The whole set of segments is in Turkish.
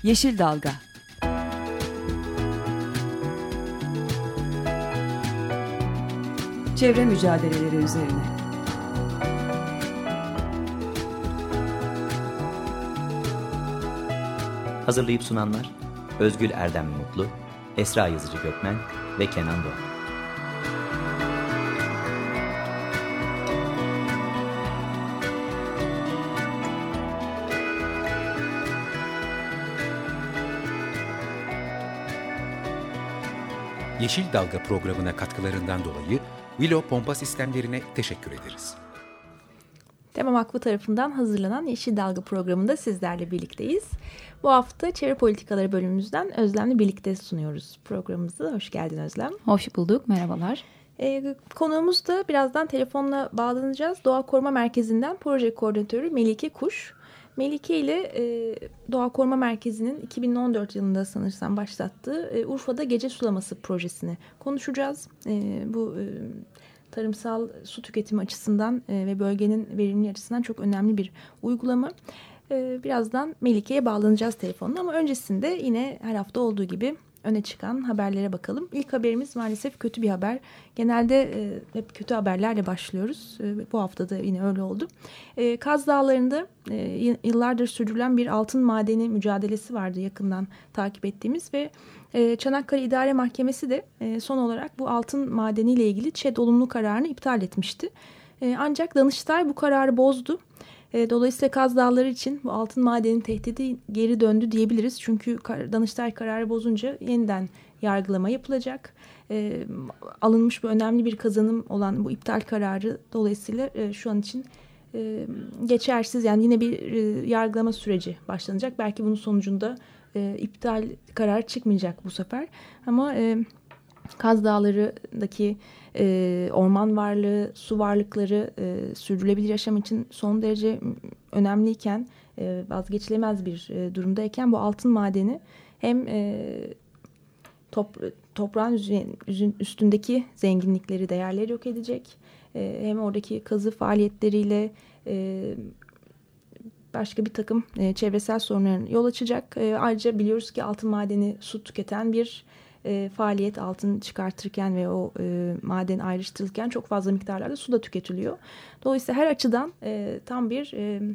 Yeşil Dalga. Çevre mücadeleleri üzerine. Hazırlayıp sunanlar Özgül Erdem Mutlu, Esra Yazıcı Gökmen ve Kenan Doğan. Yeşil Dalga programına katkılarından dolayı Willow Pompa Sistemlerine teşekkür ederiz. Tema Vakfı tarafından hazırlanan Yeşil Dalga programında sizlerle birlikteyiz. Bu hafta Çevre Politikaları bölümümüzden Özlem'le birlikte sunuyoruz programımızı. Hoş geldin Özlem. Hoş bulduk, merhabalar. Konuğumuz da birazdan telefonla bağlanacağız. Doğa Koruma Merkezi'nden proje koordinatörü Melike Kuş. Melike ile Doğa Koruma Merkezi'nin 2014 yılında sanırsam başlattığı Urfa'da gece sulaması projesini konuşacağız. Bu tarımsal su tüketimi açısından ve bölgenin verimliliği açısından çok önemli bir uygulama. Birazdan Melike'ye bağlanacağız telefonla ama öncesinde yine her hafta olduğu gibi öne çıkan haberlere bakalım. İlk haberimiz maalesef kötü bir haber. Genelde hep kötü haberlerle başlıyoruz. Bu hafta da yine öyle oldu. Kaz Dağları'nda yıllardır sürdürülen bir altın madeni mücadelesi vardı yakından takip ettiğimiz ve Çanakkale İdare Mahkemesi de son olarak bu altın madeniyle ilgili ÇED olumlu kararını iptal etmişti. Ancak Danıştay bu kararı bozdu. Dolayısıyla Kaz Dağları için bu altın madenin tehdidi geri döndü diyebiliriz. Çünkü Danıştay kararı bozunca yeniden yargılama yapılacak. Alınmış bu önemli bir kazanım olan bu iptal kararı dolayısıyla şu an için geçersiz. Yani yine bir yargılama süreci başlanacak. Belki bunun sonucunda iptal kararı çıkmayacak bu sefer. Ama Kaz Dağları'ndaki orman varlığı, su varlıkları sürdürülebilir yaşam için son derece önemliyken, vazgeçilemez bir durumdayken bu altın madeni hem toprağın üstündeki zenginlikleri, değerleri yok edecek, hem oradaki kazı faaliyetleriyle başka bir takım çevresel sorunların yol açacak. Ayrıca biliyoruz ki altın madeni su tüketen bir faaliyet, altın çıkartırken ve o maden ayrıştırılırken çok fazla miktarlarda su da tüketiliyor. Dolayısıyla her açıdan tam bir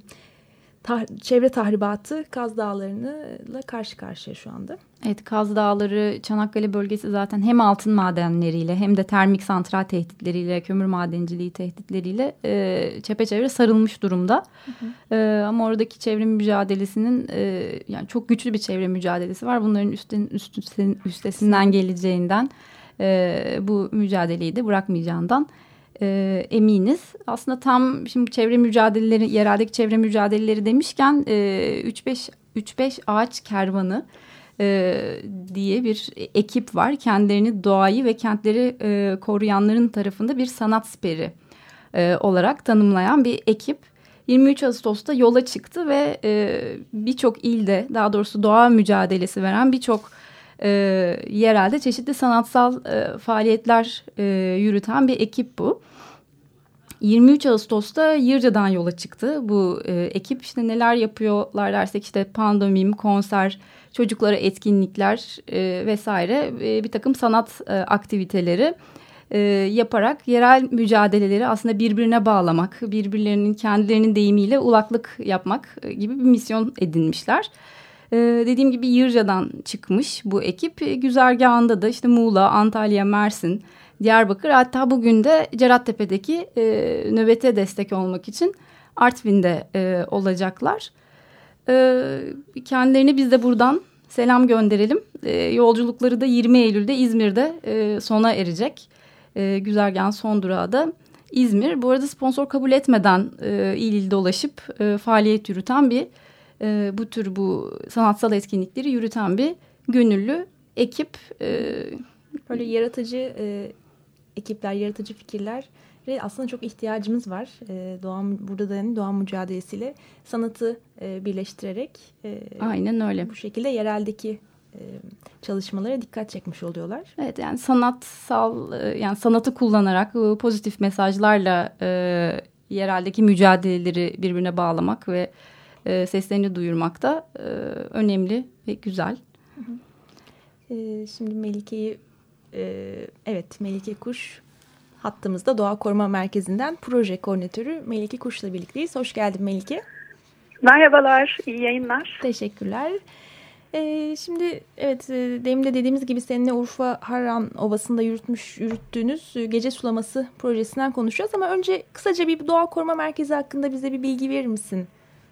çevre tahribatı Kaz Dağları'yla karşı karşıya şu anda. Evet, Kaz Dağları, Çanakkale bölgesi zaten hem altın madenleriyle hem de termik santral tehditleriyle, kömür madenciliği tehditleriyle çepeçevre sarılmış durumda. Hı hı. Ama oradaki çevre mücadelesinin yani çok güçlü bir çevre mücadelesi var. Bunların üstesinden geleceğinden, bu mücadeleyi de bırakmayacağından eminiz. Aslında tam şimdi çevre mücadeleleri, yereldeki çevre mücadeleleri demişken 3-5 ağaç kervanı diye bir ekip var. Kendilerini doğayı ve kentleri koruyanların tarafında bir sanat siperi olarak tanımlayan bir ekip. 23 Ağustos'ta yola çıktı ve birçok ilde, daha doğrusu doğa mücadelesi veren birçok yerelde çeşitli sanatsal faaliyetler yürüten bir ekip bu. 23 Ağustos'ta Yırca'dan yola çıktı bu ekip. İşte neler yapıyorlar dersek işte pandomim, konser, çocuklara etkinlikler vesaire bir takım sanat aktiviteleri yaparak yerel mücadeleleri aslında birbirine bağlamak, birbirlerinin kendilerinin deyimiyle ulaklık yapmak gibi bir misyon edinmişler. Dediğim gibi Yırca'dan çıkmış bu ekip. Güzergahında da işte Muğla, Antalya, Mersin, Diyarbakır, hatta bugün de Cerattepe'deki nöbete destek olmak için Artvin'de olacaklar. Kendilerine biz de buradan selam gönderelim. Yolculukları da 20 Eylül'de İzmir'de sona erecek. Güzergahın son durağı da İzmir. Bu arada sponsor kabul etmeden il il dolaşıp faaliyet yürüten bir bu sanatsal etkinlikleri yürüten bir gönüllü ekip. Böyle yaratıcı ekipler, yaratıcı fikirler aslında çok ihtiyacımız var. Burada da yani doğa mücadelesiyle sanatı birleştirerek aynen öyle. Bu şekilde yereldeki çalışmalara dikkat çekmiş oluyorlar. Evet, yani sanatsal, yani sanatı kullanarak pozitif mesajlarla yereldeki mücadeleleri birbirine bağlamak ve seslerini duyurmak da önemli ve güzel. Şimdi Melike'yi, evet, Melike Kuş hattımızda Doğa Koruma Merkezi'nden proje koordinatörü Melike Kuş'la birlikteyiz. Hoş geldin Melike. Merhabalar, iyi yayınlar. Teşekkürler. Şimdi evet, demin de dediğimiz gibi seninle Urfa Harran Ovası'nda yürüttüğünüz gece sulaması projesinden konuşacağız. Ama önce kısaca bir Doğa Koruma Merkezi hakkında bize bir bilgi verir misin?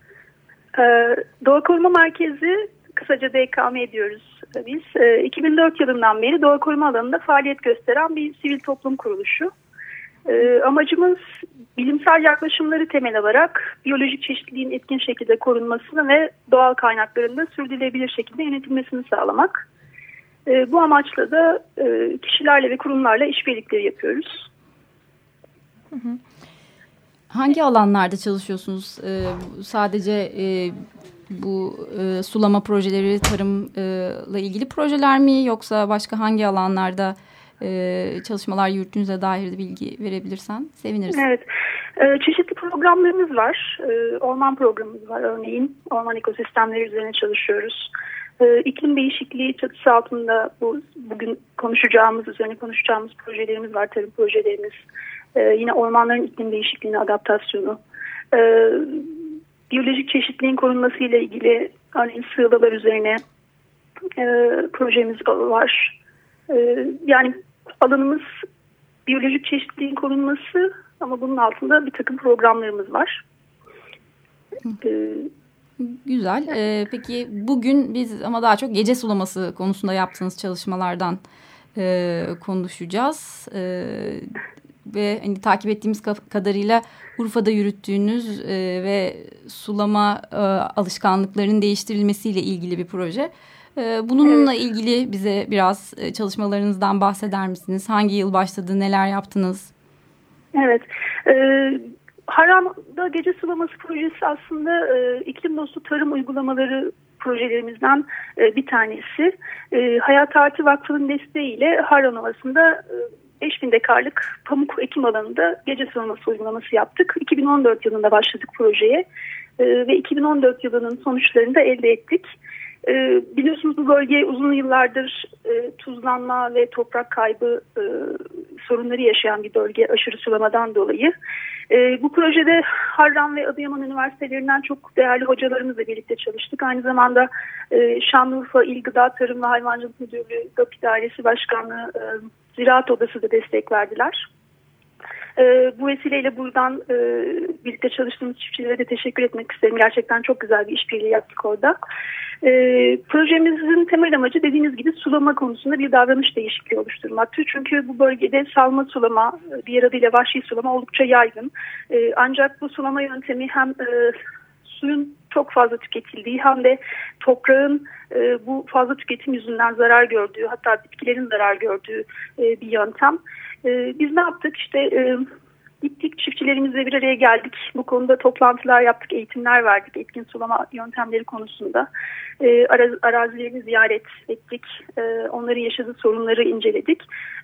Doğa Koruma Merkezi, kısaca DKM diyoruz biz. 2004 yılından beri doğa koruma alanında faaliyet gösteren bir sivil toplum kuruluşu. Amacımız bilimsel yaklaşımları temel alarak biyolojik çeşitliliğin etkin şekilde korunmasını ve doğal kaynakların da sürdürülebilir şekilde yönetilmesini sağlamak. Bu amaçla da kişilerle ve kurumlarla işbirlikleri yapıyoruz. Hangi alanlarda çalışıyorsunuz? Sadece bu sulama projeleri, tarımla ilgili projeler mi, yoksa başka hangi alanlarda çalışmalar yürüttüğünüze dair de bilgi verebilirsen seviniriz. Evet, çeşitli programlarımız var. Orman programımız var örneğin. Orman ekosistemleri üzerine çalışıyoruz. İklim değişikliği çatısı altında bugün üzerine konuşacağımız projelerimiz var, tarım projelerimiz. Yine ormanların iklim değişikliğine adaptasyonu. Biyolojik çeşitliliğin korunması ile ilgili örneğin sığlalar üzerine projemiz var. Yani alanımız biyolojik çeşitliliğin korunması ama bunun altında bir takım programlarımız var. Güzel. Peki bugün biz ama daha çok gece sulaması konusunda yaptığınız çalışmalardan konuşacağız. Ve hani, takip ettiğimiz kadarıyla Urfa'da yürüttüğünüz ve sulama alışkanlıklarının değiştirilmesiyle ilgili bir proje. Bununla ilgili bize biraz çalışmalarınızdan bahseder misiniz? Hangi yıl başladı, neler yaptınız? Evet, Harran'da gece sulaması projesi aslında iklim dostu tarım uygulamaları projelerimizden bir tanesi. Hayat Artı Vakfı'nın desteğiyle Harran Ovası'nda 5000 dekarlık pamuk ekim alanında gece sulaması uygulaması yaptık. 2014 yılında başladık projeye ve 2014 yılının sonuçlarını da elde ettik. Biliyorsunuz bu bölge uzun yıllardır tuzlanma ve toprak kaybı sorunları yaşayan bir bölge aşırı sulamadan dolayı. Bu projede Harran ve Adıyaman Üniversitelerinden çok değerli hocalarımızla birlikte çalıştık. Aynı zamanda Şanlıurfa İl Gıda Tarım ve Hayvancılık Müdürlüğü GAP İdaresi Başkanlığı Ziraat Odası da destek verdiler. Bu vesileyle buradan birlikte çalıştığımız çiftçilere de teşekkür etmek isterim. Gerçekten çok güzel bir işbirliği yaptık orada. Projemizin temel amacı dediğiniz gibi sulama konusunda bir davranış değişikliği oluşturmaktır. Çünkü bu bölgede salma sulama, diğer adıyla vahşi sulama oldukça yaygın. Ancak bu sulama yöntemi hem suyun çok fazla tüketildiği hem de toprağın bu fazla tüketim yüzünden zarar gördüğü, hatta bitkilerin zarar gördüğü bir yöntem. Biz ne yaptık? Gittik, çiftçilerimizle bir araya geldik. Bu konuda toplantılar yaptık, eğitimler verdik etkin sulama yöntemleri konusunda. Arazilerini ziyaret ettik. Onların yaşadığı sorunları inceledik.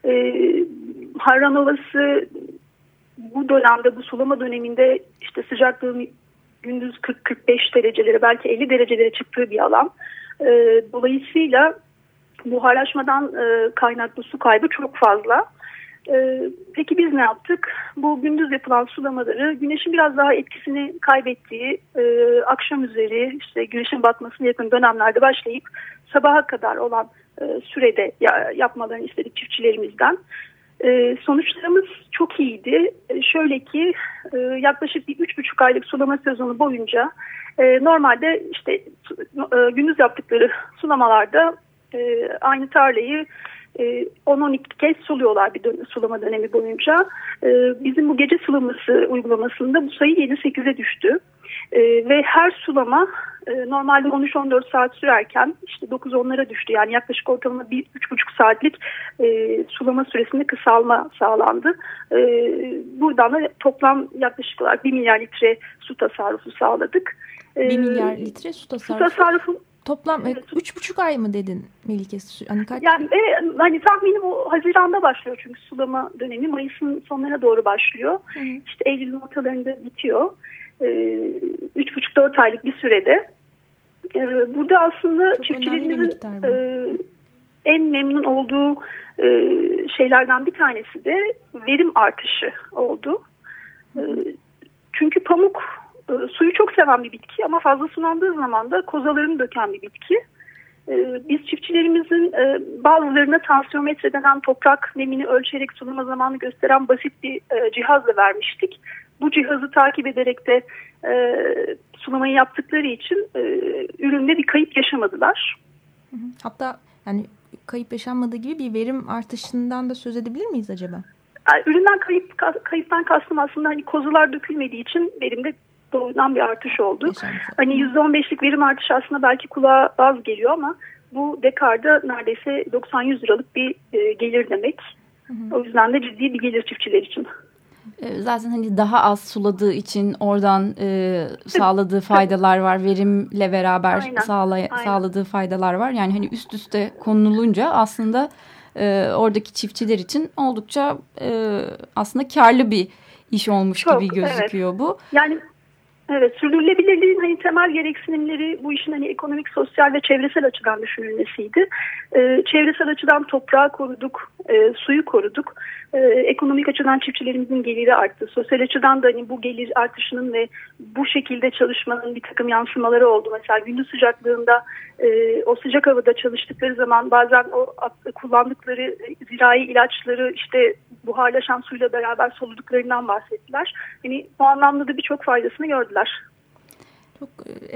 Harran Ovası bu dönemde, bu sulama döneminde sıcaklığın gündüz 40-45 derecelere, belki 50 derecelere çıktığı bir alan. Dolayısıyla buharlaşmadan kaynaklı su kaybı çok fazla. Peki biz ne yaptık? Bu gündüz yapılan sulamaları güneşin biraz daha etkisini kaybettiği akşam üzeri güneşin batmasına yakın dönemlerde başlayıp sabaha kadar olan sürede yapmalarını istedik çiftçilerimizden. Sonuçlarımız çok iyiydi. Şöyle ki yaklaşık bir 3,5 aylık sulama sezonu boyunca normalde gündüz yaptıkları sulamalarda aynı tarlayı 10-12 kez suluyorlar bir sulama dönemi boyunca. Bizim bu gece sulaması uygulamasında bu sayı 7-8'e düştü. Ve her sulama normalde 13-14 saat sürerken 9-10'lara düştü. Yani yaklaşık ortalama 3,5 saatlik sulama süresinde kısalma sağlandı. Buradan da toplam yaklaşık olarak 1 milyar litre su tasarrufu sağladık. 1 milyar litre su tasarrufu. Toplam evet. 3,5 ay mı dedin Melike? Yani tahminim o Haziran'da başlıyor çünkü sulama dönemi Mayıs'ın sonlarına doğru başlıyor. Eylül'ün ortalarında bitiyor. 3,5-4 aylık bir sürede. Burada aslında çok çiftçilerimizin en memnun olduğu şeylerden bir tanesi de verim artışı oldu. Çünkü pamuk suyu çok seven bir bitki ama fazla sulandığı zaman da kozalarını döken bir bitki. Biz çiftçilerimizin bazılarına tansiyometre denen toprak nemini ölçerek sulama zamanı gösteren basit bir cihazla vermiştik. Bu cihazı takip ederek de sulamayı yaptıkları için üründe bir kayıp yaşamadılar. Hatta yani kayıp yaşanmadığı gibi bir verim artışından da söz edebilir miyiz acaba? Üründen kayıptan kastım aslında hani kozular dökülmediği için verimde doğrudan bir artış oldu. Hani %15'lik verim artışı aslında belki kulağa az geliyor ama bu dekarda neredeyse 90-100 liralık bir gelir demek. O yüzden de ciddi bir gelir çiftçiler için. Zaten hani daha az suladığı için oradan sağladığı faydalar var. Verimle beraber sağladığı faydalar var. Yani hani üst üste konulunca aslında oradaki çiftçiler için oldukça aslında karlı bir iş olmuş gibi gözüküyor bu. Yani evet, sürdürülebilirliğin hani temel gereksinimleri bu işin hani ekonomik, sosyal ve çevresel açıdan düşünülmesiydi. Çevresel açıdan toprağı koruduk, suyu koruduk. Ekonomik açıdan çiftçilerimizin geliri arttı. Sosyal açıdan da hani bu gelir artışının ve bu şekilde çalışmanın bir takım yansımaları oldu. Mesela gündüz sıcaklığında o sıcak havada çalıştıkları zaman bazen o kullandıkları zirai ilaçları işte buharlaşan suyla beraber soluduklarından bahsettiler. Yani bu anlamda da birçok faydasını gördüler. Çok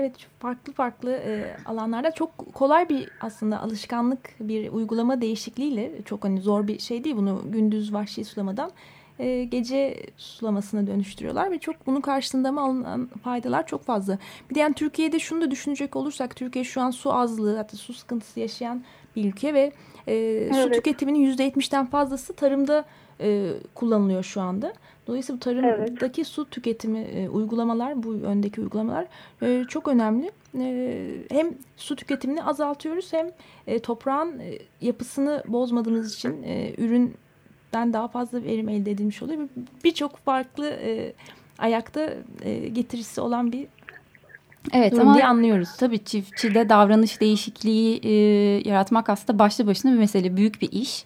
farklı alanlarda çok kolay bir aslında alışkanlık, bir uygulama değişikliğiyle, çok hani zor bir şey değil, bunu gündüz vahşi sulamadan gece sulamasına dönüştürüyorlar ve çok bunun karşılığında mı alınan faydalar çok fazla. Bir de yani Türkiye'de şunu da düşünecek olursak, Türkiye şu an su azlığı, hatta su sıkıntısı yaşayan bir ülke ve su tüketiminin %70'den fazlası tarımda kullanılıyor şu anda. Dolayısıyla bu tarımdaki su tüketimi uygulamalar, bu yöndeki uygulamalar çok önemli. Hem su tüketimini azaltıyoruz, hem toprağın yapısını bozmadığımız için üründen daha fazla verim elde edilmiş oluyor. Birçok farklı ayakta getirisi olan bir durum diye anlıyoruz. Tabii çiftçide davranış değişikliği yaratmak aslında başlı başına bir mesele, büyük bir iş.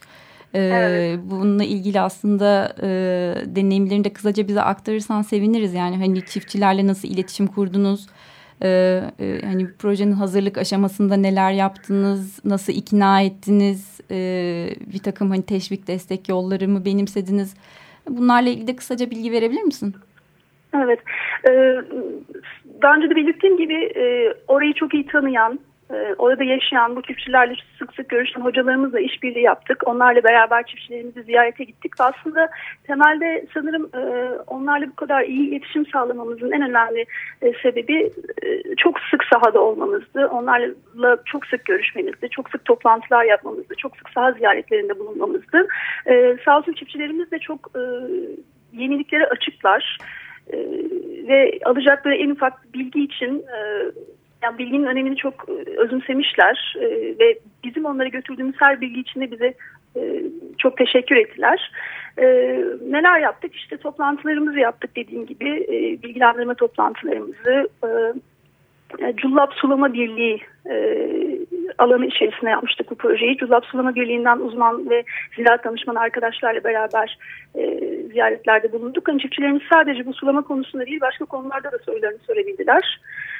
Bununla ilgili aslında deneyimlerini de kısaca bize aktarırsan seviniriz. Yani hani çiftçilerle nasıl iletişim kurdunuz? Hani projenin hazırlık aşamasında neler yaptınız? Nasıl ikna ettiniz? Bir takım hani teşvik, destek yolları mı benimsediniz? Bunlarla ilgili de kısaca bilgi verebilir misin? Evet. Daha önce de belirttiğim gibi orayı çok iyi tanıyan, orada yaşayan, bu çiftçilerle sık sık görüşen hocalarımızla işbirliği yaptık. Onlarla beraber çiftçilerimizi ziyarete gittik. Ve aslında temelde sanırım onlarla bu kadar iyi iletişim sağlamamızın en önemli sebebi çok sık sahada olmamızdı. Onlarla çok sık görüşmemizdi, çok sık toplantılar yapmamızdı, çok sık saha ziyaretlerinde bulunmamızdı. Sağ olsun çiftçilerimiz de çok yeniliklere açıklar. Ve alacakları en ufak bilgi için yani bilginin önemini çok özümsemişler ve bizim onlara götürdüğümüz her bilgi için de bize çok teşekkür ettiler. Neler yaptık? İşte toplantılarımızı yaptık dediğim gibi, bilgilendirme toplantılarımızı Cullap Sulama Birliği alanı içerisinde yapmıştık bu projeyi. Cullap Sulama Birliği'nden uzman ve ziraat danışmanı arkadaşlarla beraber ziyaretlerde bulunduk. Yani çiftçilerimiz sadece bu sulama konusunda değil, başka konularda da sorularını sorabildiler.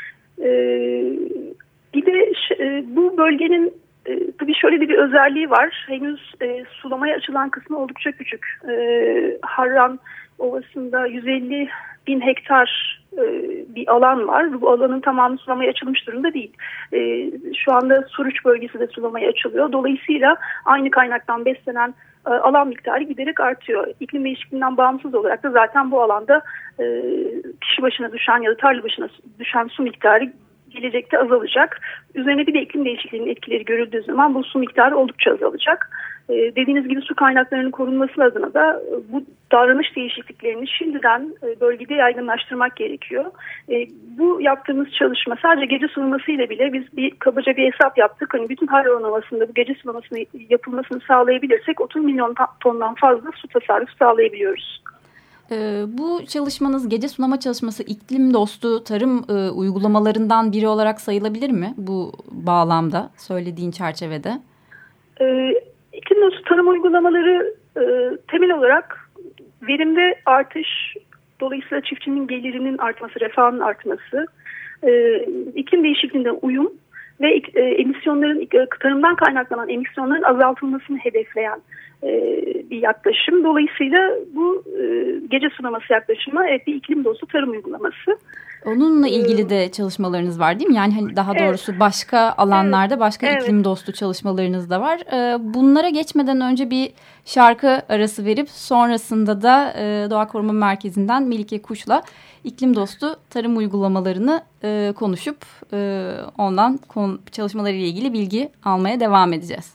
Bir de bu bölgenin tabii şöyle bir özelliği var. Henüz sulamaya açılan kısmı oldukça küçük. Harran Ovası'nda 150 bin hektar bir alan var. Bu alanın tamamı sulamaya açılmış durumda değil. Şu anda Suruç bölgesi de sulamaya açılıyor. Dolayısıyla aynı kaynaktan beslenen alan miktarı giderek artıyor. İklim değişikliğinden bağımsız olarak da zaten bu alanda kişi başına düşen ya da tarla başına düşen su miktarı gelecekte azalacak. Üzerine bir de iklim değişikliğinin etkileri görüldüğü zaman bu su miktarı oldukça azalacak. Dediğiniz gibi su kaynaklarının korunması adına da bu davranış değişikliklerini şimdiden bölgede yaygınlaştırmak gerekiyor. Bu yaptığımız çalışma sadece gece sulamasıyla bile biz kabaca bir hesap yaptık. Hani bütün Harran Ovası'nda bu gece sulamasının yapılmasını sağlayabilirsek 30 milyon tondan fazla su tasarrufu sağlayabiliyoruz. Bu çalışmanız, gece sulama çalışması iklim dostu tarım uygulamalarından biri olarak sayılabilir mi bu bağlamda, söylediğin çerçevede? İklim dostu tarım uygulamaları temel olarak verimde artış, dolayısıyla çiftçinin gelirinin artması, refahının artması, iklim değişikliğine uyum ve emisyonların, tarımdan kaynaklanan emisyonların azaltılmasını hedefleyen bir yaklaşım. Dolayısıyla bu gece sulaması yaklaşımı bir iklim dostu tarım uygulaması. Onunla ilgili de çalışmalarınız var değil mi? Yani hani daha doğrusu başka alanlarda başka iklim dostu çalışmalarınız da var. Bunlara geçmeden önce bir şarkı arası verip sonrasında da Doğa Koruma Merkezi'nden Melike Kuş'la iklim dostu tarım uygulamalarını konuşup ondan çalışmalarıyla ilgili bilgi almaya devam edeceğiz.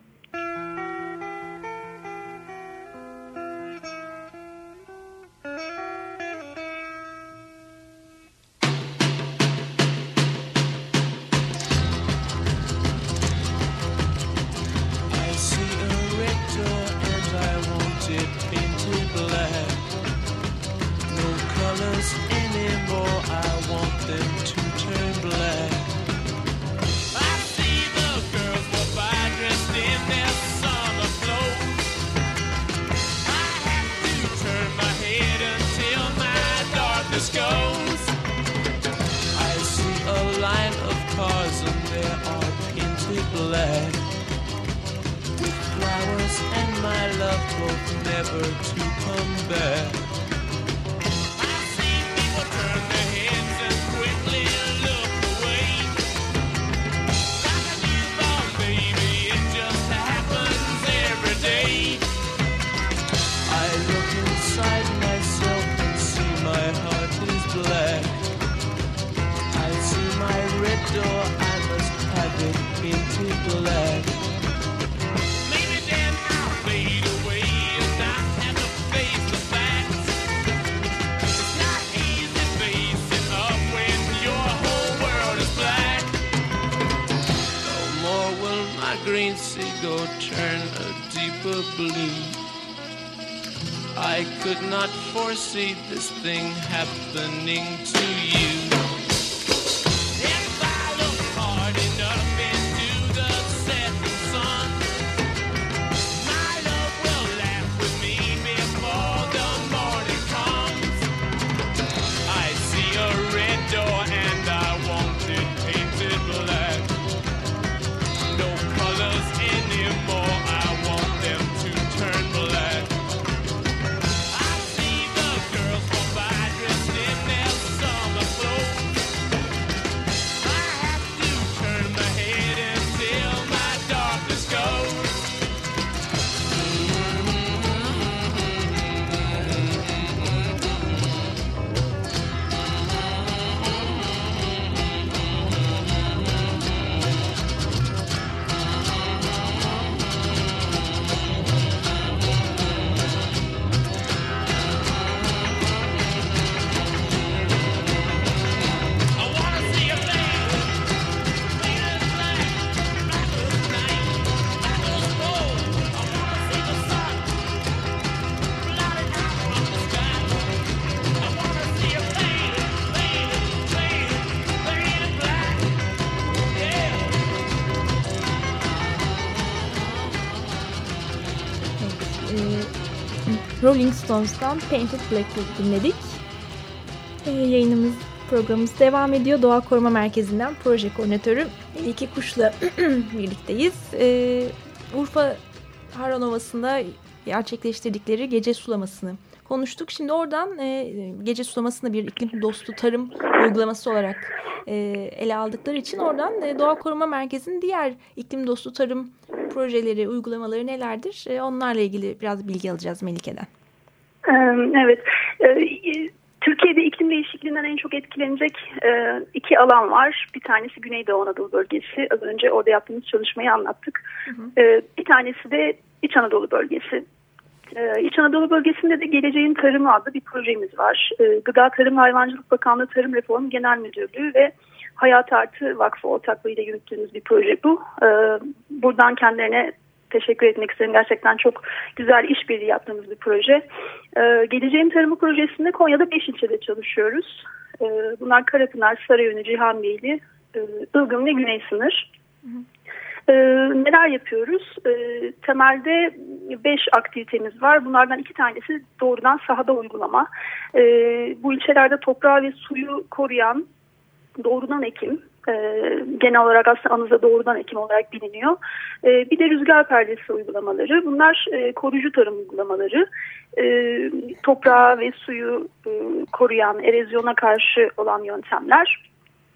Green seagull turn a deeper blue. I could not foresee this thing happening to you. If I look hard enough into the setting sun, my love will laugh with me before the morning comes. I see a red door and I want it painted black. No colors anymore, I want them to turn black. I see the girls go by dressed in their summer clothes. I have to turn my head until my darkness goes. I wanna see a fade, fade as black, black as night, black as gold. I wanna see the sun, blotted out from the sky. I wanna see a fade, fade, fade, fade as black, yeah. Rolling Stones'tan Painted Black'ı dinledik. Programımız devam ediyor. Doğa Koruma Merkezi'nden proje koordinatörü Melike Kuş'la birlikteyiz. Urfa Harran Ovası'nda gerçekleştirdikleri gece sulamasını konuştuk. Şimdi oradan gece sulamasını bir iklim dostu tarım uygulaması olarak ele aldıkları için oradan Doğa Koruma Merkezi'nin diğer iklim dostu tarım projeleri, uygulamaları nelerdir? Onlarla ilgili biraz bilgi alacağız Melike'den. Evet. Türkiye'de iklim değişikliğinden en çok etkilenecek iki alan var. Bir tanesi Güneydoğu Anadolu bölgesi. Az önce orada yaptığımız çalışmayı anlattık. Bir tanesi de İç Anadolu bölgesi. İç Anadolu bölgesinde de Geleceğin Tarımı adlı bir projemiz var. Gıda Tarım ve Hayvancılık Bakanlığı Tarım Reformu Genel Müdürlüğü ve Hayat Artı Vakfı ortaklığıyla yürüttüğümüz bir proje bu. Buradan kendilerine teşekkür etmek isterim. Gerçekten çok güzel işbirliği yaptığımız bir proje. Geleceğin Tarımı projesinde Konya'da 5 ilçede çalışıyoruz. Bunlar Karapınar, Sarıyönü, Cihanbeyli, Ilgın ve Güney Sınır. Neler yapıyoruz? Temelde 5 aktivitemiz var. Bunlardan 2 tanesi doğrudan sahada uygulama. Bu ilçelerde toprağı ve suyu koruyan doğrudan ekim. Genel olarak aslında anıza doğrudan ekim olarak biliniyor. Bir de rüzgar perdesi uygulamaları. Bunlar koruyucu tarım uygulamaları. Toprağı ve suyu koruyan, erozyona karşı olan yöntemler.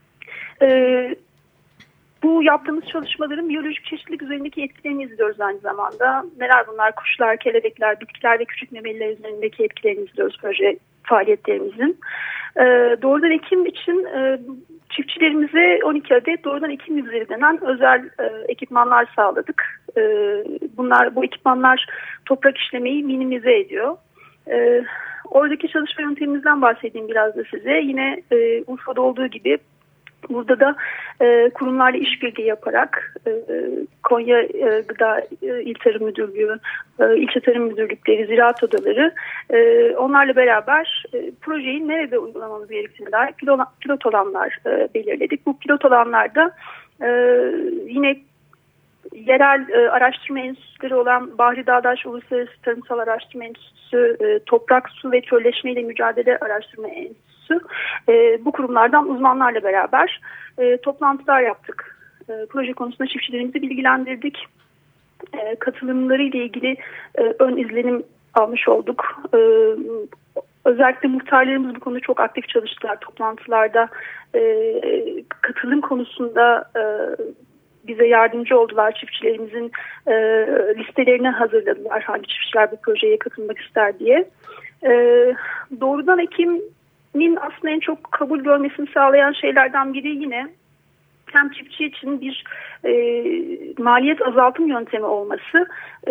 Bu yaptığımız çalışmaların biyolojik çeşitlilik üzerindeki etkilerini izliyoruz aynı zamanda. Neler bunlar? Kuşlar, kelebekler, bitkiler ve küçük memeliler üzerindeki etkilerini izliyoruz proje faaliyetlerimizin. Doğrudan ekim için çiftçilerimize 12 adet doğrudan ekim yüzleri denen özel ekipmanlar sağladık. Bu ekipmanlar toprak işlemeyi minimize ediyor. Oradaki çalışma yöntemimizden bahsedeyim biraz da size. Yine Urfa'da olduğu gibi burada da kurumlarla işbirliği yaparak Konya Gıda İl Tarım Müdürlüğü, ilçe tarım müdürlükleri, ziraat odaları onlarla beraber projeyi nerede uygulamamız gerektiğine dair pilot alanlar belirledik. Bu pilot alanlarda yine yerel araştırma enstitüleri olan Bahri Dağdaş Uluslararası Tarımsal Araştırma Enstitüsü, Toprak, Su ve Çölleşme ile Mücadele Araştırma Enstitüsü, bu kurumlardan uzmanlarla beraber toplantılar yaptık. Proje konusunda çiftçilerimizi bilgilendirdik. Katılımları ile ilgili ön izlenim almış olduk. Özellikle muhtarlarımız bu konuda çok aktif çalıştılar toplantılarda. Katılım konusunda bize yardımcı oldular. Çiftçilerimizin listelerini hazırladılar. Hangi çiftçiler bu projeye katılmak ister diye. Doğrudan ekimin aslında en çok kabul görmesini sağlayan şeylerden biri yine hem çiftçi için bir maliyet azaltım yöntemi olması.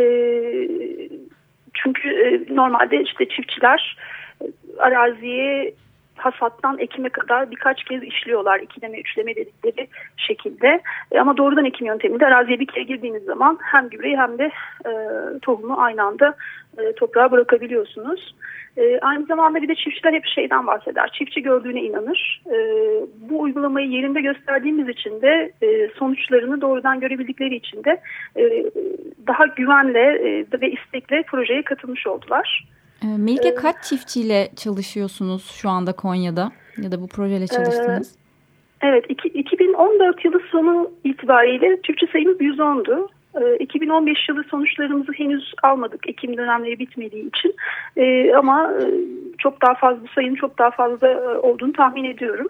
Çünkü normalde işte çiftçiler araziye hasattan ekime kadar birkaç kez işliyorlar. 2'leme, 3'leme dedikleri şekilde. Ama doğrudan ekim yönteminde araziye bir kere girdiğiniz zaman hem gübreyi hem de tohumu aynı anda toprağa bırakabiliyorsunuz. Aynı zamanda bir de çiftçiler hep şeyden bahseder. Çiftçi gördüğüne inanır. Bu uygulamayı yerinde gösterdiğimiz için de sonuçlarını doğrudan görebildikleri için de daha güvenle ve istekle projeye katılmış oldular. Melike, kaç çiftçiyle çalışıyorsunuz şu anda Konya'da ya da bu projeyle çalıştınız? Evet, 2014 yılı sonu itibariyle çiftçi sayımız 110'du. 2015 yılı sonuçlarımızı henüz almadık. Ekim dönemleri bitmediği için. Ama çok daha fazla, sayının çok daha fazla olduğunu tahmin ediyorum.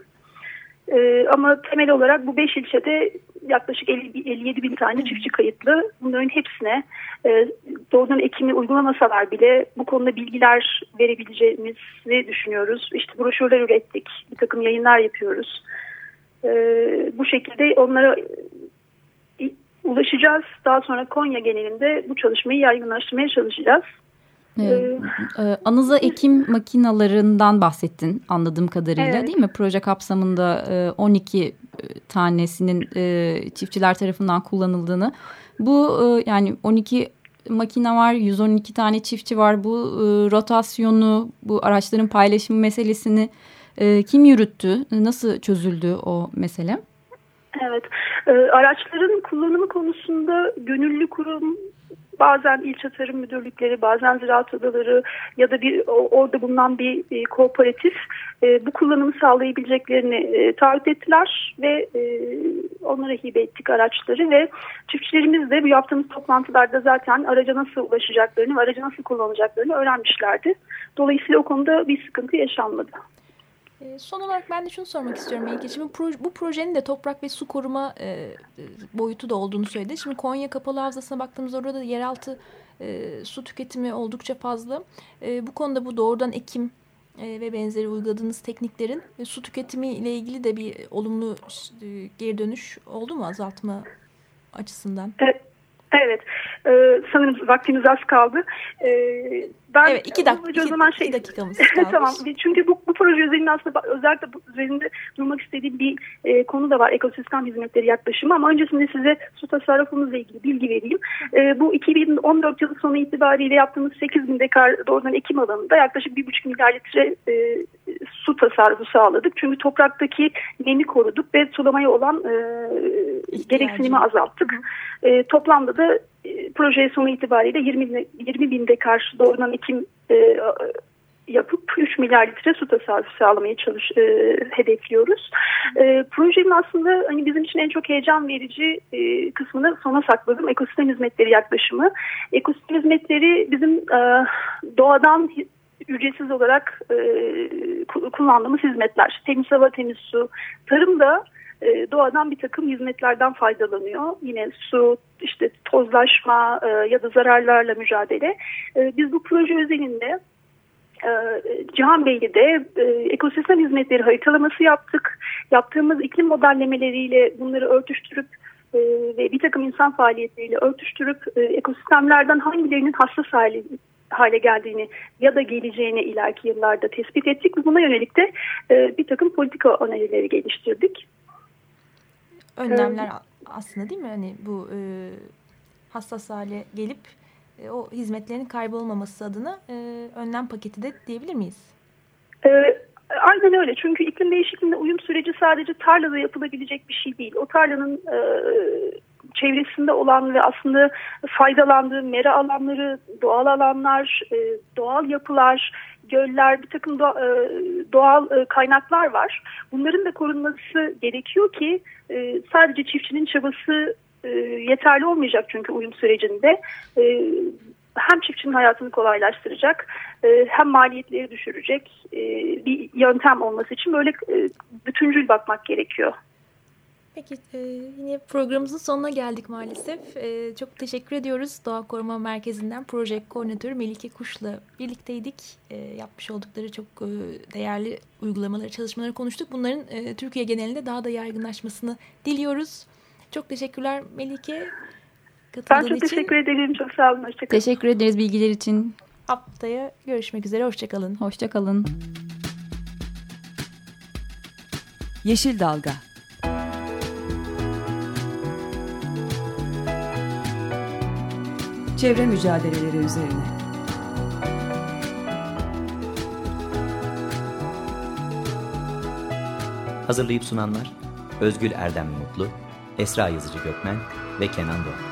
Ama temel olarak bu 5 ilçede yaklaşık 57 bin tane çiftçi kayıtlı. Bunların hepsine doğrudan ekimi uygulamasalar bile bu konuda bilgiler verebileceğimizi düşünüyoruz. İşte broşürler ürettik, bir takım yayınlar yapıyoruz. Bu şekilde onlara ulaşacağız. Daha sonra Konya genelinde bu çalışmayı yaygınlaştırmaya çalışacağız. Anıza ekim makinalarından bahsettin anladığım kadarıyla, evet, değil mi? Proje kapsamında 12 tanesinin çiftçiler tarafından kullanıldığını. Bu yani 12 makine var, 112 tane çiftçi var. Bu rotasyonu, bu araçların paylaşımı meselesini kim yürüttü? Nasıl çözüldü o mesele? Evet, araçların kullanımı konusunda gönüllü kurum, bazen ilçe tarım müdürlükleri, bazen ziraat odaları ya da orada bulunan bir kooperatif bu kullanımı sağlayabileceklerini taahhüt ettiler ve onlara hibe ettik araçları ve çiftçilerimiz de bu yaptığımız toplantılarda zaten araca nasıl ulaşacaklarını ve aracı nasıl kullanacaklarını öğrenmişlerdi. Dolayısıyla o konuda bir sıkıntı yaşanmadı. Son olarak ben de şunu sormak istiyorum Melike. Şimdi bu projenin de toprak ve su koruma boyutu da olduğunu söyledi. Şimdi Konya Kapalı Havzası'na baktığımızda orada da yeraltı su tüketimi oldukça fazla. Bu konuda bu doğrudan ekim ve benzeri uyguladığınız tekniklerin su tüketimi ile ilgili de bir olumlu geri dönüş oldu mu azaltma açısından? Evet, sanırım vaktimiz az kaldı. Ben evet, 2 dakikamız kaldı. Tamam, çünkü bu proje üzerinde aslında özellikle bu üzerinde durmak istediğim bir konu da var, ekosistem hizmetleri yaklaşımı, ama öncesinde size su tasarrufumuzla ilgili bilgi vereyim. Bu 2014 yılı sonu itibariyle yaptığımız 8.000 dekar doğrudan ekim alanında yaklaşık 1,5 milyar litre su tasarrufu sağladık. Çünkü topraktaki nemi koruduk ve sulamaya olan gereksinimi azalttık. Toplamda da proje sonu itibariyle 20 bin dekar doğrudan ekim yapıp 3 milyar litre su tasarrufu sağlamaya hedefliyoruz. Projenin aslında hani bizim için en çok heyecan verici kısmını sona sakladım. Ekosistem hizmetleri yaklaşımı. Ekosistem hizmetleri bizim doğadan ücretsiz olarak kullandığımız hizmetler. Temiz hava, temiz su. Tarımda doğadan bir takım hizmetlerden faydalanıyor. Yine su, işte tozlaşma ya da zararlarla mücadele. Biz bu proje özelinde Cihanbeyli'de ekosistem hizmetleri haritalaması yaptık. Yaptığımız iklim modellemeleriyle bunları örtüştürüp ve bir takım insan faaliyetleriyle örtüştürüp ekosistemlerden hangilerinin hassas hale geldiğini ya da geleceğini ileriki yıllarda tespit ettik. Buna yönelik de bir takım politika önerileri geliştirdik. Önlemler aslında, değil mi? Hani bu hassas hale gelip o hizmetlerin kaybolmaması adına önlem paketi de diyebilir miyiz? Aynen öyle. Çünkü iklim değişikliğine uyum süreci sadece tarlada yapılabilecek bir şey değil. O tarlanın çevresinde olan ve aslında faydalandığı mera alanları, doğal alanlar, doğal yapılar, göller, bir takım doğal kaynaklar var. Bunların da korunması gerekiyor ki sadece çiftçinin çabası yeterli olmayacak, çünkü uyum sürecinde hem çiftçinin hayatını kolaylaştıracak hem maliyetleri düşürecek bir yöntem olması için böyle bütüncül bakmak gerekiyor. Peki, yine programımızın sonuna geldik maalesef. Çok teşekkür ediyoruz. Doğa Koruma Merkezi'nden proje koordinatörü Melike Kuş'la birlikteydik. Yapmış oldukları çok değerli uygulamaları, çalışmaları konuştuk. Bunların Türkiye genelinde daha da yaygınlaşmasını diliyoruz. Çok teşekkürler Melike. Ben çok teşekkür ederim. Çok sağ olun. Hoşçakalın. Teşekkür ederiz bilgiler için. Haftaya görüşmek üzere. Hoşçakalın. Hoşçakalın. Yeşil Dalga. Çevre mücadeleleri üzerine. Hazırlayıp sunanlar Özgül Erdem Mutlu, Esra Yazıcı Gökmen ve Kenan Doğan.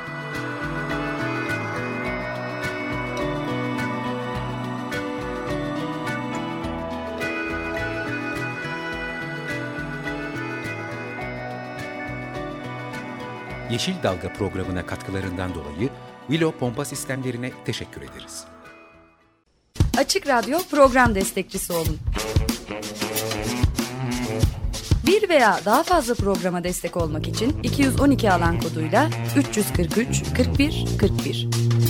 Yeşil Dalga programına katkılarından dolayı Willow Pompa Sistemlerine teşekkür ederiz. Açık Radyo program destekçisi olun. Bir veya daha fazla programa destek olmak için 212 alan koduyla 343 41 41.